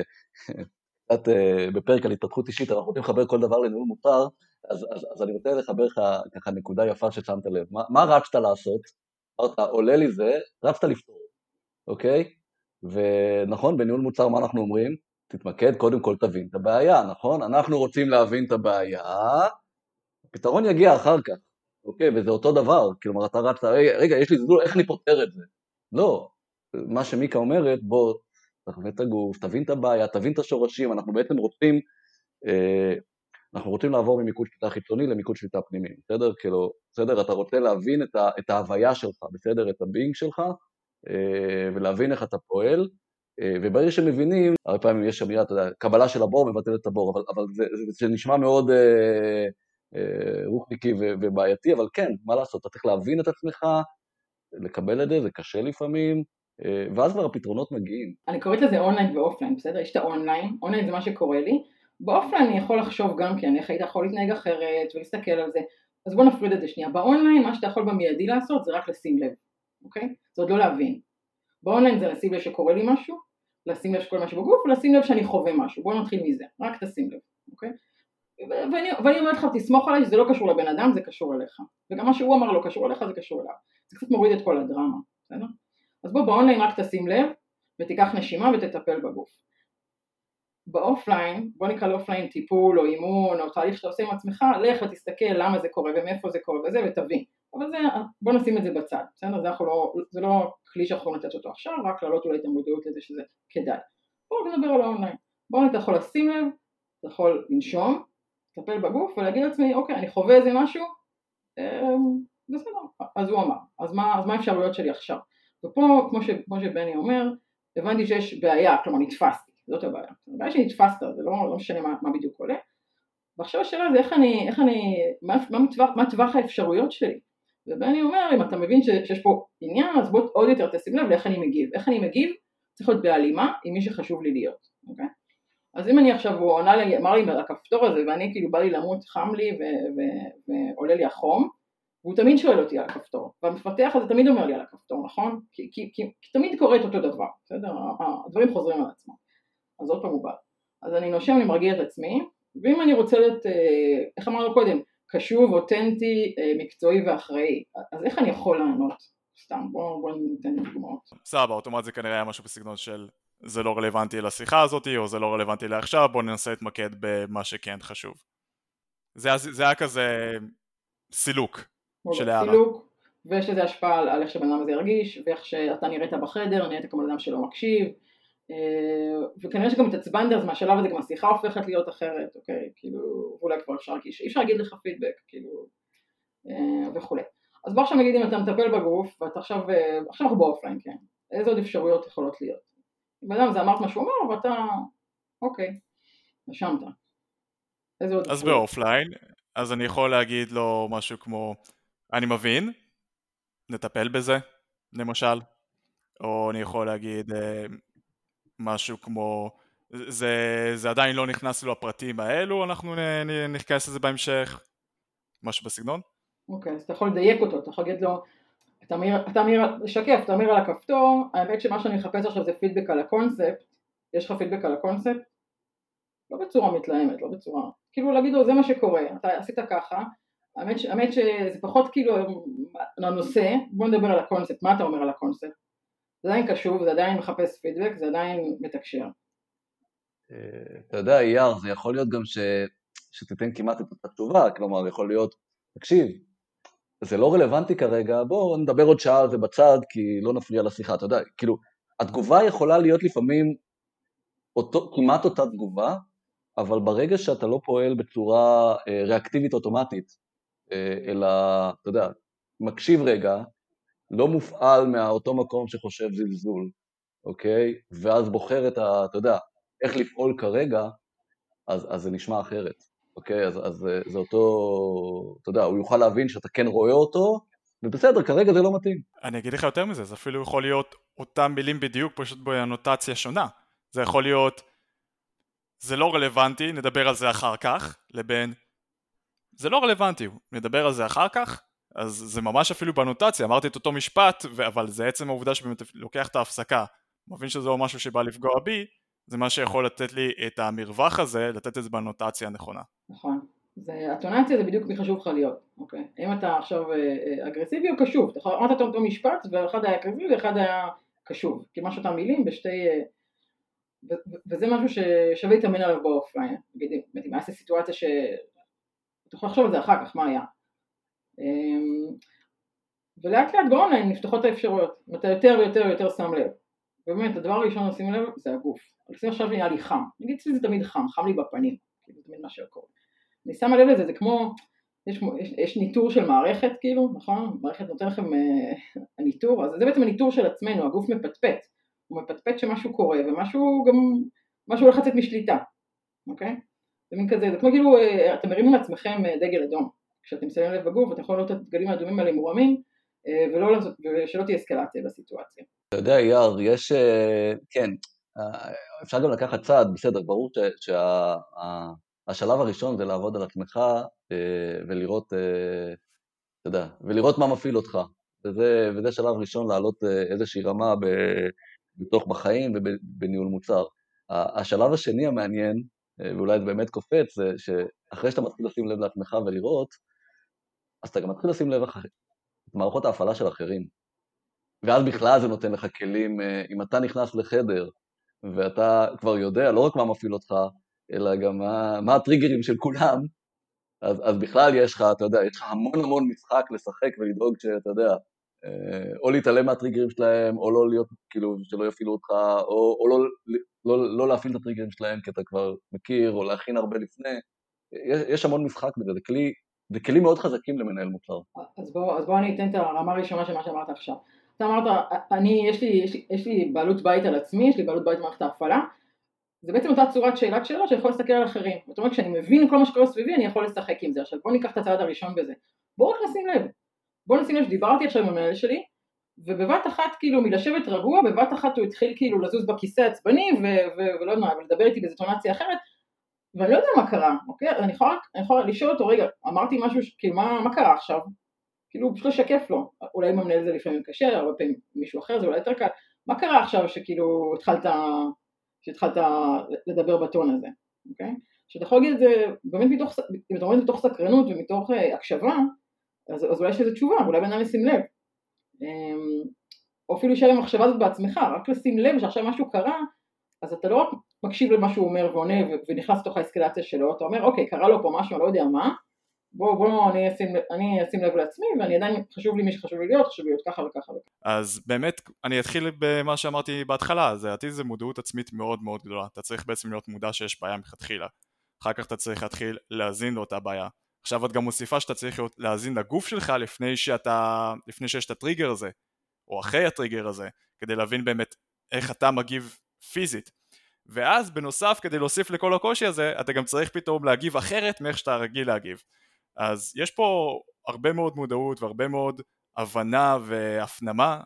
קצת בפרק על התפתחות אישית, אנחנו רוצים לחבר כל דבר לניהול מוצר, אז, אז, אז אני רוצה לחבר לך ככה נקודה יפה ששמת לב. מה, מה רצת לעשות? אמרת, עולה לי זה, רצת לפתור, אוקיי? ונכון, בניהול מוצר מה אנחנו אומרים? תתמקד, קודם כל תבין את הבעיה, נכון? אנחנו רוצים להבין את הבעיה, הפתרון יגיע אחר כך, אוקיי? וזה אותו דבר, כלומר, אתה רצת, רגע, רגע, יש לי זדול, איך אני פותר את זה? לא, מה שמיקה אומרת, בוא, תחווה את הגוף, תבין את הבעיה, תבין את השורשים, אנחנו בעצם רוצים, אה, אנחנו רוצים לעבור ממיקוד שליטה חיצוני למיקוד שליטה פנימי, בסדר? כאילו, בסדר, אתה רוצה להבין את, ה, את ההוויה שלך, בסדר? את הבינג שלך, אה, ולהבין איך אתה פועל, אה, וברגע שמבינים, הרבה פעמים יש אמירה, אתה יודע, קבלה של הבור מבטל את הבור, אבל, אבל זה, זה, זה נשמע מאוד אה, אה, רוחניקי ו, ובעייתי, אבל כן, מה לעשות, אתה צריך להבין את עצמך, לקבל את זה, זה קשה לפעמים, ואז כבר הפתרונות מגיעים. אני קוראת לזה אונליין ואופליין, בסדר? יש את האונליין, אונליין זה מה שקורה לי, באופליין אני יכול לחשוב גם כן, איך היית יכול להתנהג אחרת ולהסתכל על זה, אז בוא נפריד את זה שנייה. באונליין מה שאתה יכול במיידי לעשות זה רק לשים לב, אוקיי? זה עוד לא להבין. באונליין זה לשים לב שקורה לי משהו, לשים לב שקורה משהו בגוף, ולשים לב שאני חווה משהו, בוא נתחיל מזה, רק תשים לב, אוקיי? ואני, ואני אומרת לך, תסמוך עליי שזה לא קשור לבן אדם, זה קשור אליך, וגם מה שהוא אמר לא קשור אליך, זה קשור אליו. זה קצת מוריד את כל הדרמה, בסדר? אז בוא באונליין רק תשים לב, ותיקח נשימה ותטפל בגוף. באופליין, בוא נקרא לאופליין טיפול או אימון או תהליך שאתה עושה עם עצמך, לך ותסתכל למה זה קורה ומאיפה זה קורה וזה ותבין. אבל זה, בוא נשים את זה בצד, בסדר? זה לא, זה לא כלי שאנחנו נתת אותו עכשיו, רק להעלות אולי את המודעות לזה שזה כדאי. בואו נדבר על האונליין. באונליין אתה יכול לשים לב, אתה יכול לנשום, לטפל בגוף ולהגיד לעצמי, אוקיי, אני חווה איזה משהו, בסדר, אז הוא אמר, אז מה, אז מה האפשרויות שלי עכשיו? ופה, כמו, ש, כמו שבני אומר, הבנתי שיש בעיה, כלומר נתפסתי, זאת הבעיה. הבעיה שנתפסת, זה לא, לא משנה מה, מה בדיוק עולה. ועכשיו השאלה זה איך אני, איך אני, מה, מה, מטווח, מה טווח האפשרויות שלי? ובני אומר, אם אתה מבין ש, שיש פה עניין, אז בוא עוד יותר תשים לב לאיך אני מגיב. איך אני מגיב? צריך להיות בהלימה עם מי שחשוב לי להיות, אוקיי? אז אם אני עכשיו, הוא עונה לי, אמר לי הכפתור הזה, ואני כאילו בא לי למות, חם לי ו- ו- ועולה לי החום, והוא תמיד שואל אותי על הכפתור, והמפתח הזה תמיד אומר לי על הכפתור, נכון? כי, כי, כי, כי תמיד קורה את אותו דבר, בסדר? הדברים חוזרים על עצמם. אז עוד פעם הוא בא. אז אני נושם, אני מרגיע את עצמי, ואם אני רוצה להיות, איך אמרנו קודם, קשוב, אותנטי, מקצועי ואחראי, אז איך אני יכול לענות? סתם, בואו בוא ניתן לי דוגמאות. סבבה, אוטומט זה כנראה היה משהו בסגנון של זה לא רלוונטי לשיחה הזאת, או זה לא רלוונטי לעכשיו, בואו ננסה להתמקד במה שכן חשוב. זה, זה היה כזה סילוק של הערה. סילוק, ויש לזה השפעה על איך שבן אדם הזה ירגיש, ואיך שאתה נראית בחדר, נראית כמו אדם שלא מקשיב, וכנראה שגם התעצבנת, אז מהשלב הזה גם השיחה הופכת להיות אחרת, אוקיי, כאילו, ואולי כבר אפשר להגיש, אי אפשר להגיד לך פידבק, כאילו, וכו'. אז בוא עכשיו נגיד אם אתה מטפל בגוף, ואתה עכשיו, עכשיו אנחנו באופליין, כן, איזה עוד אפשרויות יכולות להיות? אם אדם זה אמרת מה שהוא אמר, ואתה, אוקיי, נשמת. איזה עוד אז אפשרויות? באופליין, אז אני יכול להגיד לו משהו כמו, אני מבין, נטפל בזה, למשל, או אני יכול להגיד אה, משהו כמו, זה, זה עדיין לא נכנס לו הפרטים האלו, אנחנו נ, נ, נחכנס לזה בהמשך, משהו בסגנון. אוקיי, אז אתה יכול לדייק אותו, אתה יכול להגיד לו, אתה מעיר, אתה מעיר, לשקף, אתה מעיר על הכפתור, האמת שמה שאני מחפש עכשיו זה פידבק על הקונספט, יש לך פידבק על הקונספט? לא בצורה מתלהמת, לא בצורה, כאילו להגיד לו זה מה שקורה, אתה עשית ככה, האמת, האמת שזה פחות כאילו לנושא, בוא נדבר על הקונספט, מה אתה אומר על הקונספט? זה עדיין קשוב, זה עדיין מחפש פידבק, זה עדיין מתקשר. אתה יודע, אייר, זה יכול להיות גם ש... שתיתן כמעט את התשובה, כלומר, יכול להיות, תקשיב, זה לא רלוונטי כרגע, בואו נדבר עוד שעה על זה בצד, כי לא נפריע לשיחה, אתה יודע, כאילו, התגובה יכולה להיות לפעמים אותו, כמעט אותה תגובה, אבל ברגע שאתה לא פועל בצורה אה, ריאקטיבית אוטומטית, אה, אלא, אתה יודע, מקשיב רגע, לא מופעל מאותו מקום שחושב זלזול, אוקיי? ואז בוחר את ה... אתה יודע, איך לפעול כרגע, אז, אז זה נשמע אחרת, אוקיי? אז, אז זה, זה אותו... אתה יודע, הוא יוכל להבין שאתה כן רואה אותו, ובסדר, כרגע זה לא מתאים. אני אגיד לך יותר מזה, זה אפילו יכול להיות אותם מילים בדיוק, פשוט באנוטציה שונה. זה יכול להיות, זה לא רלוונטי, נדבר על זה אחר כך, לבין, זה לא רלוונטי, נדבר על זה אחר כך, אז זה ממש אפילו באנוטציה, אמרתי את אותו משפט, אבל זה עצם העובדה שבאמת לוקח את ההפסקה, מבין שזה לא משהו שבא לפגוע בי, זה מה שיכול לתת לי את המרווח הזה, לתת את זה באנוטציה הנכונה. נכון. זה, הטונציה זה בדיוק מי חשוב לך להיות, אוקיי? אם אתה עכשיו אגרסיבי או קשוב, אתה אמרת את אותו משפט, ואחד היה אגרסיבי ואחד היה קשוב, כי משהו אותם מילים בשתי... ו- ו- וזה משהו ששווה להתאמן עליו באופליין, נגיד, אם היה סיטואציה ש... אתה יכול לחשוב על זה אחר כך, מה היה. ולאט לאט באונליין נפתחות האפשרויות, ואתה יותר ויותר ויותר שם לב. ובאמת, הדבר הראשון לשים לב זה הגוף. אני עכשיו נהיה לי חם, נגיד אצלי זה תמיד חם, חם לי בפנים, זה תמיד מה שקורה. אני שמה לב לזה, זה כמו, יש, יש, יש ניטור של מערכת כאילו, נכון? מערכת נותן לכם אה, הניטור, אז זה בעצם הניטור של עצמנו, הגוף מפטפט, הוא מפטפט שמשהו קורה, ומשהו גם, משהו הולך לצאת משליטה, אוקיי? זה מין כזה, זה כמו כאילו, אה, אתם מרימים לעצמכם דגל אדום, כשאתם שמים לב בגוף, אתם יכולים לראות את הדגלים האדומים האלה מורמים, אה, ולא, ושלא תהיה אסקלציה בסיטואציה. אתה יודע, אייר, יש, כן, אפשר גם לקחת צעד, בסדר, ברור שהשלב הראשון זה לעבוד על עצמך ולראות, אתה יודע, ולראות מה מפעיל אותך, וזה, וזה שלב ראשון לעלות איזושהי רמה בתוך בחיים ובניהול מוצר. השלב השני המעניין, ואולי זה באמת קופץ, זה שאחרי שאתה מתחיל לשים לב לעצמך ולראות, אז אתה גם מתחיל לשים לב את מערכות ההפעלה של אחרים. ואז בכלל זה נותן לך כלים, אם אתה נכנס לחדר, ואתה כבר יודע, לא רק מה מפעיל אותך, אלא גם מה, מה הטריגרים של כולם, אז, אז בכלל יש לך, אתה יודע, יש לך המון המון משחק לשחק ולדאוג שאתה יודע, או להתעלם מהטריגרים שלהם, או לא להיות, כאילו, שלא יפעילו אותך, או, או לא, לא, לא להפעיל את הטריגרים שלהם, כי אתה כבר מכיר, או להכין הרבה לפני, יש, יש המון משחק בזה, זה כלי, זה כלים מאוד חזקים למנהל מוצר. אז בוא, אז בוא אני אתן את הרמה הראשונה של מה שאמרת עכשיו. אתה אמרת, אני, יש לי, יש לי, יש לי בעלות בית על עצמי, יש לי בעלות בית במערכת ההפעלה, זה בעצם אותה צורת שאלת שאלות שאני יכול להסתכל על אחרים. זאת אומרת, כשאני מבין כל מה שקורה סביבי, אני יכול לשחק עם זה. עכשיו, בוא ניקח את הצעד הראשון בזה. בואו רק נשים לב. בואו נשים לב שדיברתי עכשיו עם המנהל שלי, ובבת אחת, כאילו, מלשבת רגוע, בבת אחת הוא התחיל כאילו לזוז בכיסא עצבני, ו- ו- ולא יודע מה, ולדבר איתי באיזו טונציה אחרת, ואני לא יודע מה קרה, אוקיי? אני יכולה, אני יכולה לשאול אותו, רגע, אמרתי משהו, כאילו, מה, מה קרה עכשיו? כאילו, פשוט לשקף לו. אולי עם המנהל זה לפעמים קשה, הרבה פעמים מישהו אחר, זה אולי יותר קל. מה קרה עכשיו שכאילו התחלת, שהתחלת לדבר בטון הזה, אוקיי? שאתה יכול להגיד את זה, באמת מתוך, אם אתה אומר מתוך סקרנות ומתוך uh, הקשבה, אז, אז אולי יש לזה תשובה, אולי בן אדם לשים לב. Um, או אפילו שאלה המחשבה הזאת בעצמך, רק לשים לב שעכשיו משהו קרה, אז אתה לא רק מקשיב למה שהוא אומר ועונה ונכנס לתוך האסקלציה שלו, אתה אומר, אוקיי, קרה לו פה משהו, אני לא יודע מה, בוא, בוא, אני אשים, אני אשים לב לעצמי, ואני עדיין חשוב לי מי שחשוב לי להיות, חשוב לי להיות ככה וככה וככה. אז באמת, אני אתחיל במה שאמרתי בהתחלה, זה עתיד זה מודעות עצמית מאוד מאוד גדולה, אתה צריך בעצם להיות מודע שיש בעיה מלכתחילה, אחר כך אתה צריך להתחיל להזין לאותה בעיה, עכשיו את גם מוסיפה שאתה צריך להאזין לגוף שלך לפני שאתה, לפני שיש את הטריגר הזה, או אחרי הטריגר הזה, כדי להבין באמת איך אתה מגיב פיזית. ואז בנוסף, כדי להוסיף לכל הקושי הזה, אתה גם צריך פתאום להגיב אחרת מאיך שאתה רגיל להגיב. אז יש פה הרבה מאוד מודעות והרבה מאוד הבנה והפנמה,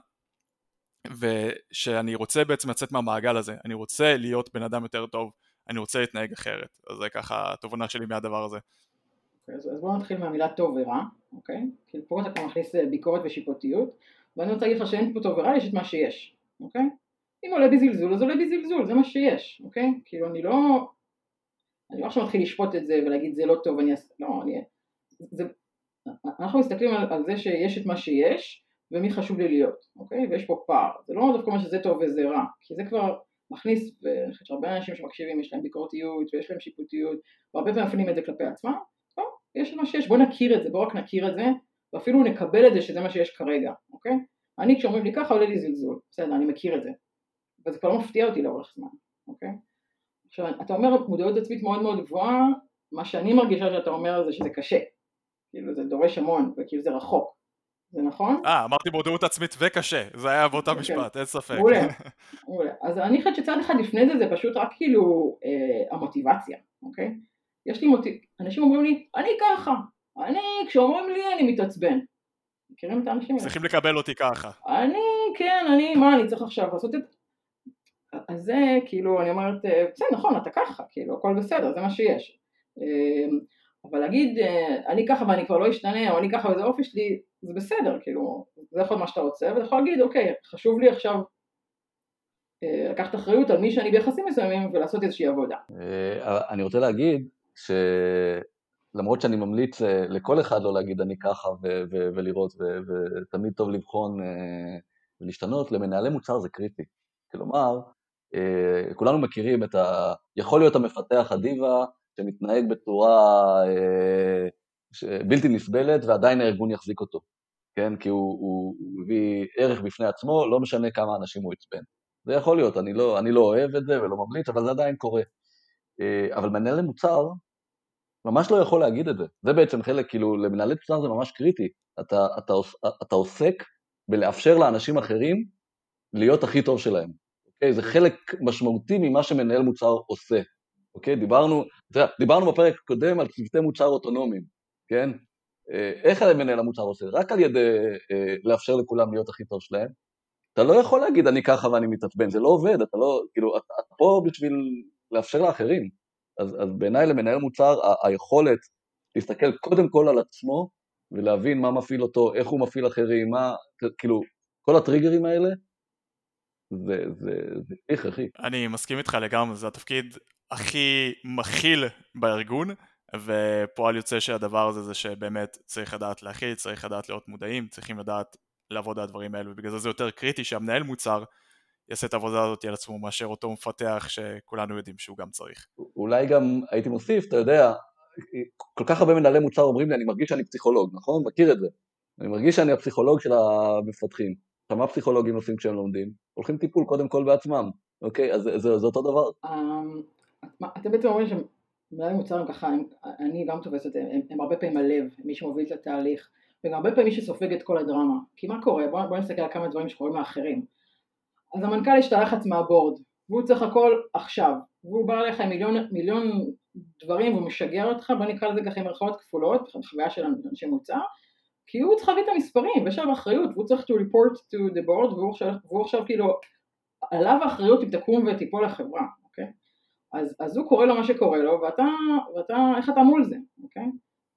ושאני רוצה בעצם לצאת מהמעגל הזה, אני רוצה להיות בן אדם יותר טוב, אני רוצה להתנהג אחרת. אז זה ככה התובנה שלי מהדבר הזה. Okay, אז, אז בואו נתחיל מהמילה טוב ורע, אוקיי? Okay? כי פה אתה כבר מכניס ביקורת ושיפוטיות, ואני רוצה להגיד לך שאין פה טוב ורע, יש את מה שיש, אוקיי? Okay? אם עולה בזלזול, אז עולה בזלזול, זה מה שיש, אוקיי? Okay? כאילו אני לא... אני לא עכשיו מתחיל לשפוט את זה ולהגיד זה לא טוב, אני אעשה... לא, אני... זה... אנחנו מסתכלים על, על זה שיש את מה שיש, ומי חשוב לי להיות, אוקיי? ויש פה פער. זה לא דווקא מה שזה טוב וזה רע, כי זה כבר מכניס, ואני חושבת שהרבה אנשים שמקשיבים, יש להם ביקורתיות ויש להם שיפוטיות, והרבה פעמים מפנים את זה כלפי עצמם, טוב, יש את מה שיש, בוא נכיר את זה, בוא רק נכיר את זה, ואפילו נקבל את זה שזה מה שיש כרגע, אוקיי? אני כשאומרים לי ככה עולה לי זלזול, בסדר, אני מכיר את זה, וזה כבר לא מפתיע אותי לאורך זמן, אוקיי? עכשיו, אתה אומר מודעות עצמית מאוד מאוד גבוהה, מה שאני מרגישה שאתה אומר זה שזה קשה, כאילו זה דורש המון, וכאילו זה רחוק, זה נכון? אה, אמרתי מודעות עצמית וקשה, זה היה באותה משפט, אין ספק. מעולה, מעולה. אז אני חושבת שצד אחד לפני זה, זה פשוט רק כאילו אה, המוטיבציה, אוקיי? יש לי מוטיב... אנשים אומרים לי, אני ככה, אני, כשאומרים לי אני מתעצבן. מכירים את האנשים האלה? צריכים לקבל אותי ככה. אני, כן, אני, מה, אני צריך עכשיו לעשות את... אז זה, כאילו, אני אומרת, בסדר, נכון, אתה ככה, כאילו, הכל בסדר, זה מה שיש. אבל להגיד, אני ככה ואני כבר לא אשתנה, או אני ככה וזה אופי שלי, זה בסדר, כאילו, זה יכול מה שאתה רוצה, ואתה יכול להגיד, אוקיי, חשוב לי עכשיו לקחת אחריות על מי שאני ביחסים מסוימים, ולעשות איזושהי עבודה. אני רוצה להגיד, שלמרות שאני ממליץ לכל אחד לא להגיד אני ככה, ולראות, ותמיד טוב לבחון ולהשתנות, למנהלי מוצר זה קריטי. כלומר, כולנו מכירים את ה... יכול להיות המפתח הדיבה, שמתנהג בצורה בלתי נסבלת, ועדיין הארגון יחזיק אותו, כן? כי הוא, הוא, הוא מביא ערך בפני עצמו, לא משנה כמה אנשים הוא יצפן. זה יכול להיות, אני לא, אני לא אוהב את זה ולא ממליץ, אבל זה עדיין קורה. אבל מנהל מוצר, ממש לא יכול להגיד את זה. זה בעצם חלק, כאילו, למנהל מוצר זה ממש קריטי. אתה, אתה, אתה עוסק בלאפשר לאנשים אחרים להיות הכי טוב שלהם. אוקיי? זה חלק משמעותי ממה שמנהל מוצר עושה. אוקיי? דיברנו, דיברנו בפרק הקודם על צוותי מוצר אוטונומיים, כן? איך מנהל המוצר עושה? רק על ידי לאפשר לכולם להיות הכי טוב שלהם. אתה לא יכול להגיד אני ככה ואני מתעצבן, זה לא עובד, אתה לא, כאילו, אתה, אתה פה בשביל לאפשר לאחרים. אז, אז בעיניי למנהל מוצר, ה- היכולת להסתכל קודם כל על עצמו, ולהבין מה מפעיל אותו, איך הוא מפעיל אחרים, מה, כאילו, כל הטריגרים האלה, זה, זה, זה הכרחי. אני מסכים איתך לגמרי, זה התפקיד הכי מכיל בארגון, ופועל יוצא שהדבר הזה זה שבאמת צריך לדעת להכיל, צריך לדעת להיות מודעים, צריכים לדעת לעבוד על הדברים האלו, ובגלל זה זה יותר קריטי שהמנהל מוצר יעשה את העבודה הזאת על עצמו, מאשר אותו מפתח שכולנו יודעים שהוא גם צריך. אולי גם הייתי מוסיף, אתה יודע, כל כך הרבה מנהלי מוצר אומרים לי, אני מרגיש שאני פסיכולוג, נכון? מכיר את זה. אני מרגיש שאני הפסיכולוג של המפתחים. עכשיו, מה פסיכולוגים עושים כשהם לומדים? הולכים טיפול קודם כל בעצמם, אוקיי? אז זה, זה, זה אותו דבר. אתם בעצם אומרים שמנהלי מוצר הם ככה, אני גם תופסת, הם, הם הרבה פעמים הלב, מי שמוביל את התהליך, וגם הרבה פעמים מי שסופג את כל הדרמה. כי מה קורה? בואו בוא נסתכל על כמה דברים שקורים לאחרים. אז המנכ"ל יש את הלחץ מהבורד, והוא צריך הכל עכשיו, והוא בא אליך עם מיליון, מיליון דברים והוא משגר אותך, בוא נקרא לזה ככה עם מרכאות כפולות, חוויה של אנשי מוצר, כי הוא צריך להביא את המספרים, ויש עליו אחריות, והוא צריך to report to the board, והוא עכשיו, והוא עכשיו כאילו, עליו האחריות אם תקום ותיפול לחברה, אוקיי? אז, אז הוא קורא לו מה שקורה לו, ואתה, ואתה, איך אתה מול זה, אוקיי?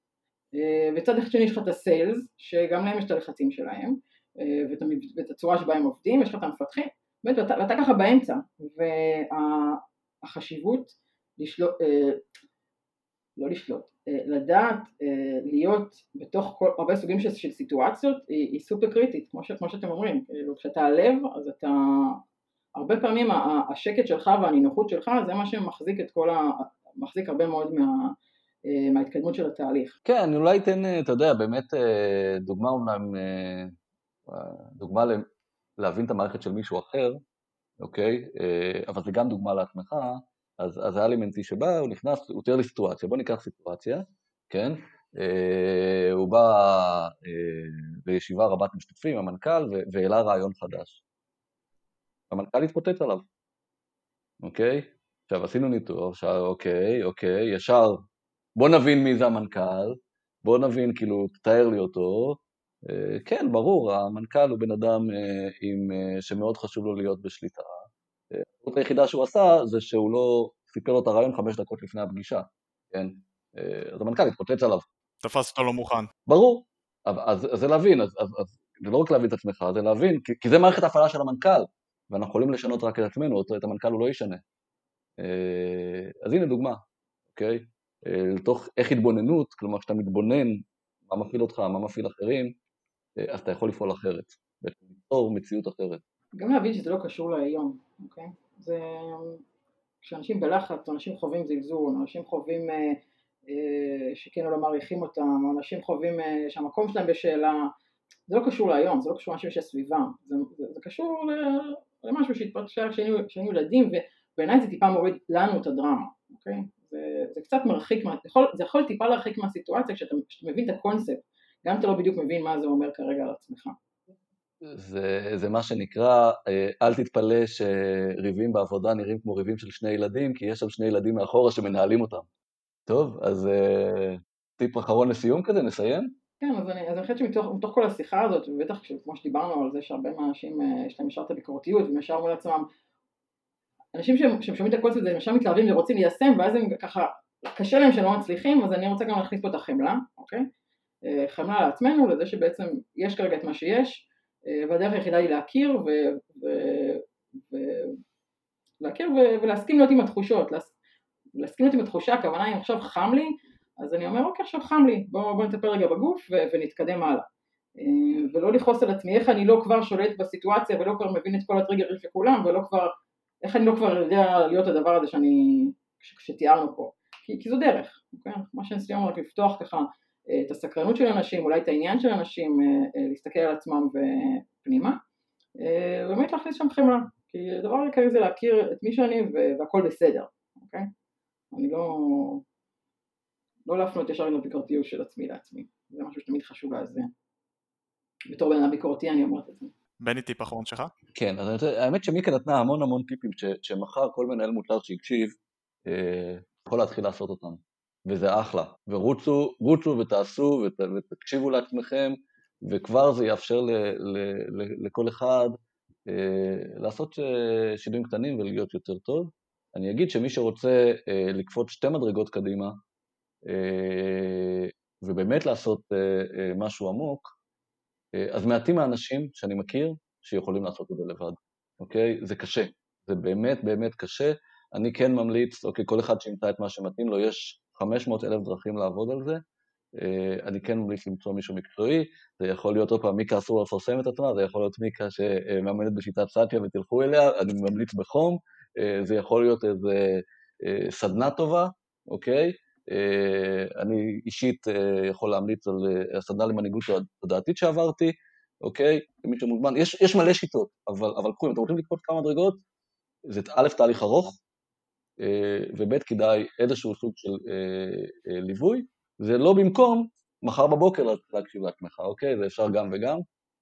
וצד אחד שני יש לך את הסיילס, שגם להם יש את הלחצים שלהם, ואת, ואת הצורה שבה הם עובדים, יש לך את המפתחים, ואתה, ואתה ככה באמצע, והחשיבות לשלוט, לא לשלוט, לדעת להיות בתוך כל, הרבה סוגים של, של סיטואציות, היא, היא סופר קריטית, כמו, ש, כמו שאתם אומרים, כשאתה הלב, אז אתה, הרבה פעמים השקט שלך והנינוחות שלך, זה מה שמחזיק את כל ה... מחזיק הרבה מאוד מה... מההתקדמות של התהליך. כן, אני אולי אתן, אתה יודע, באמת דוגמה אומנם, דוגמה להבין את המערכת של מישהו אחר, אוקיי? אבל זה גם דוגמה לעצמך, אז, אז האלמנטי שבא, הוא נכנס, הוא תיאר לי סיטואציה, בוא ניקח סיטואציה, כן? הוא בא בישיבה רבת משתתפים, המנכ"ל, והעלה רעיון חדש. המנכ"ל התפוצץ עליו, אוקיי? עכשיו עשינו ניתוח, עכשיו אוקיי, אוקיי, ישר, בוא נבין מי זה המנכ"ל, בוא נבין, כאילו, תתאר לי אותו. כן, ברור, המנכ"ל הוא בן אדם עם, שמאוד חשוב לו להיות בשליטה. הפעילות היחידה שהוא עשה זה שהוא לא סיפר לו את הרעיון חמש דקות לפני הפגישה, כן? אז המנכ"ל התפוצץ עליו. תפס אותו לא מוכן. ברור, אז, אז זה להבין, אז, אז, אז זה לא רק להבין את עצמך, זה להבין, כי, כי זה מערכת ההפעלה של המנכ"ל, ואנחנו יכולים לשנות רק את עצמנו, את המנכ"ל הוא לא ישנה. אז הנה דוגמה, אוקיי? לתוך איך התבוננות, כלומר כשאתה מתבונן מה מפעיל אותך, מה מפעיל אחרים, אז אתה יכול לפעול אחרת, וליצור מציאות אחרת. גם להבין שזה לא קשור להיום, אוקיי? זה... כשאנשים בלחץ, אנשים חווים זלזול, אנשים חווים אה, אה, שכן או לא מעריכים אותם, אנשים חווים אה, שהמקום שלהם בשאלה, זה לא קשור להיום, זה לא קשור לאנשים שסביבם, זה, זה, זה קשור למשהו שהתפתח כשהיינו ילדים, ובעיניי זה טיפה מוריד לנו את הדרמה, אוקיי? זה, זה קצת מרחיק, זה יכול, זה יכול טיפה להרחיק מהסיטואציה כשאתה, כשאתה מבין את הקונספט, גם אתה לא בדיוק מבין מה זה אומר כרגע על עצמך. זה, זה מה שנקרא, אל תתפלא שריבים בעבודה נראים כמו ריבים של שני ילדים, כי יש שם שני ילדים מאחורה שמנהלים אותם. טוב, אז טיפ אחרון לסיום כזה, נסיים? כן, אז אני, אז אני חושבת שמתוך כל השיחה הזאת, ובטח כמו שדיברנו על זה שהרבה מהאנשים יש להם ישר את הביקורתיות, והם ישר אומרים לעצמם, אנשים ששומעים את הקונספט הזה, הם ישר מתלהבים ורוצים ליישם, ואז הם ככה, קשה להם שלא מצליחים, אז אני רוצה גם להכניס פה את החמלה, אוקיי? חמלה לעצמנו, לזה שבעצם יש כרגע את מה שיש, והדרך היחידה היא להכיר, ו... ו... ו... להכיר ו... ולהסכים להיות עם התחושות, להסכים להיות עם התחושה, הכוונה אם עכשיו חם לי, אז אני אומר, אוקיי, עכשיו חם לי, בוא, בוא נטפל רגע בגוף ו... ונתקדם הלאה. ולא לכעוס על עצמי, איך אני לא כבר שולט בסיטואציה, ולא כבר מבין את כל הטריגרים של כולם, ולא כבר, איך אני לא כבר יודע להיות הדבר הזה שאני, שתיארנו פה. כי, כי זו דרך, אוקיי? מה שנסתיים רק לפתוח ככה, את הסקרנות של אנשים, אולי את העניין של אנשים, להסתכל על עצמם ופנימה, ובאמת להכניס שם חמלה, כי הדבר העיקרי זה להכיר את מי שאני והכל בסדר, אוקיי? אני לא, לא להפנות ישר עם הביקורתיות של עצמי לעצמי, זה משהו שתמיד חשוב לאזן. בתור בן הביקורתי אני אומרת את זה. בני, טיפ אחרון שלך? כן, אז האמת שמיקה נתנה המון המון טיפים שמחר כל מנהל מוצר שהקשיב יכול להתחיל לעשות אותם. וזה אחלה, ורוצו, רוצו ותעשו ות, ותקשיבו לעצמכם, וכבר זה יאפשר ל, ל, ל, לכל אחד אה, לעשות שינויים קטנים ולהיות יותר טוב. אני אגיד שמי שרוצה אה, לקפוץ שתי מדרגות קדימה, אה, ובאמת לעשות אה, אה, משהו עמוק, אה, אז מעטים האנשים שאני מכיר שיכולים לעשות את זה לבד, אוקיי? זה קשה, זה באמת באמת קשה. אני כן ממליץ, אוקיי, כל אחד שימצא את מה שמתאים לו, יש חמש מאות אלף דרכים לעבוד על זה, אני כן ממליץ למצוא מישהו מקצועי, זה יכול להיות עוד פעם מיקה אסור לפרסם את עצמה, זה יכול להיות מיקה שמאמנת בשיטת סאטיה ותלכו אליה, אני ממליץ בחום, זה יכול להיות איזה סדנה טובה, אוקיי? אני אישית יכול להמליץ על הסדנה למנהיגות תודעתית שעברתי, אוקיי? מי שמוזמן, יש, יש מלא שיטות, אבל, אבל קחו, אם אתם רוצים לקפוץ כמה מדרגות, זה א' תהליך ארוך, וב' כדאי איזשהו סוג של ליווי, זה לא במקום מחר בבוקר להקשיב לעצמך, אוקיי? זה אפשר גם וגם.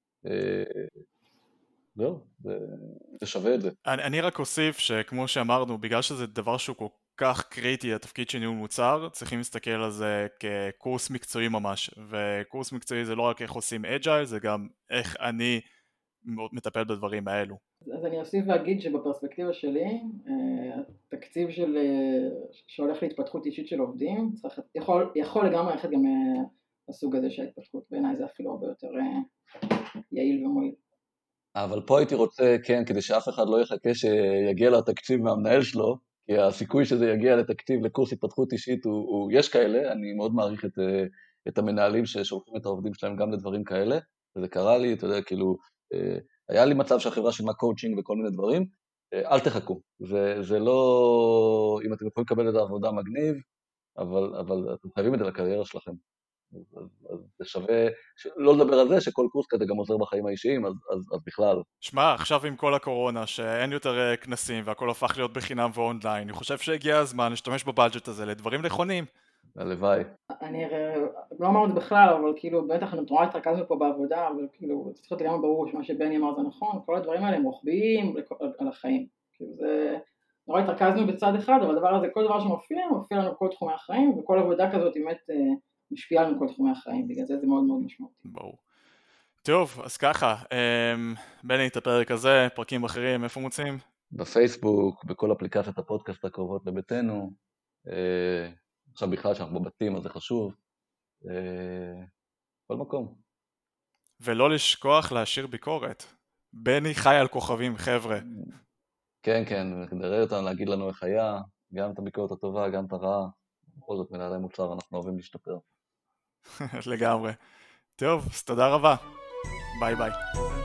זהו, זה שווה את זה. אני, אני רק אוסיף שכמו שאמרנו, בגלל שזה דבר שהוא כל כך קריטי, התפקיד של ניהול מוצר, צריכים להסתכל על זה כקורס מקצועי ממש, וקורס מקצועי זה לא רק איך עושים אג'ייל, זה גם איך אני מטפל בדברים האלו. אז אני אוסיף ואגיד שבפרספקטיבה שלי, התקציב של, שהולך להתפתחות אישית של עובדים, צריך, יכול, יכול לגמרי ללכת גם הסוג הזה של ההתפתחות, בעיניי זה אפילו הרבה יותר יעיל ומועיל. אבל פה הייתי רוצה, כן, כדי שאף אחד לא יחכה שיגיע לו התקציב מהמנהל שלו, כי הסיכוי שזה יגיע לתקציב לקורס התפתחות אישית הוא, הוא יש כאלה, אני מאוד מעריך את, את המנהלים ששולחים את העובדים שלהם גם לדברים כאלה, וזה קרה לי, אתה יודע, כאילו, היה לי מצב שהחברה שילמה קואוצ'ינג וכל מיני דברים, אל תחכו, זה, זה לא, אם אתם יכולים לקבל את העבודה מגניב, אבל, אבל אתם חייבים את זה לקריירה שלכם. אז, אז זה שווה, לא לדבר על זה שכל קורס כזה גם עוזר בחיים האישיים, אז, אז, אז בכלל. שמע, עכשיו עם כל הקורונה שאין יותר כנסים והכל הפך להיות בחינם ואונליין, אני חושב שהגיע הזמן להשתמש בבאג'ט הזה לדברים נכונים. הלוואי. אני לא אמרנו את זה בכלל, אבל כאילו בטח אנחנו נורא התרכזנו פה בעבודה, אבל כאילו צריך להיות גם ברור שמה שבני אמר זה נכון, כל הדברים האלה הם רוחביים על החיים. כאילו זה, נורא התרכזנו בצד אחד, אבל הדבר הזה, כל דבר שמופיע, מופיע לנו כל תחומי החיים, וכל עבודה כזאת באמת משפיעה לנו כל תחומי החיים, בגלל זה זה מאוד מאוד משמעותי. ברור. טוב, אז ככה, בני, את הפרק הזה, פרקים אחרים, איפה מוצאים? בפייסבוק, בכל אפליקציות הפודקאסט הקרובות לביתנו, עכשיו בכלל שאנחנו בבתים, אז זה חשוב, כל מקום. ולא לשכוח להשאיר ביקורת. בני חי על כוכבים, חבר'ה. כן, כן, נראה אותנו להגיד לנו איך היה, גם את הביקורת הטובה, גם את הרעה. בכל זאת מנהלי מוצר, אנחנו אוהבים להשתפר. לגמרי. טוב, אז תודה רבה. ביי ביי.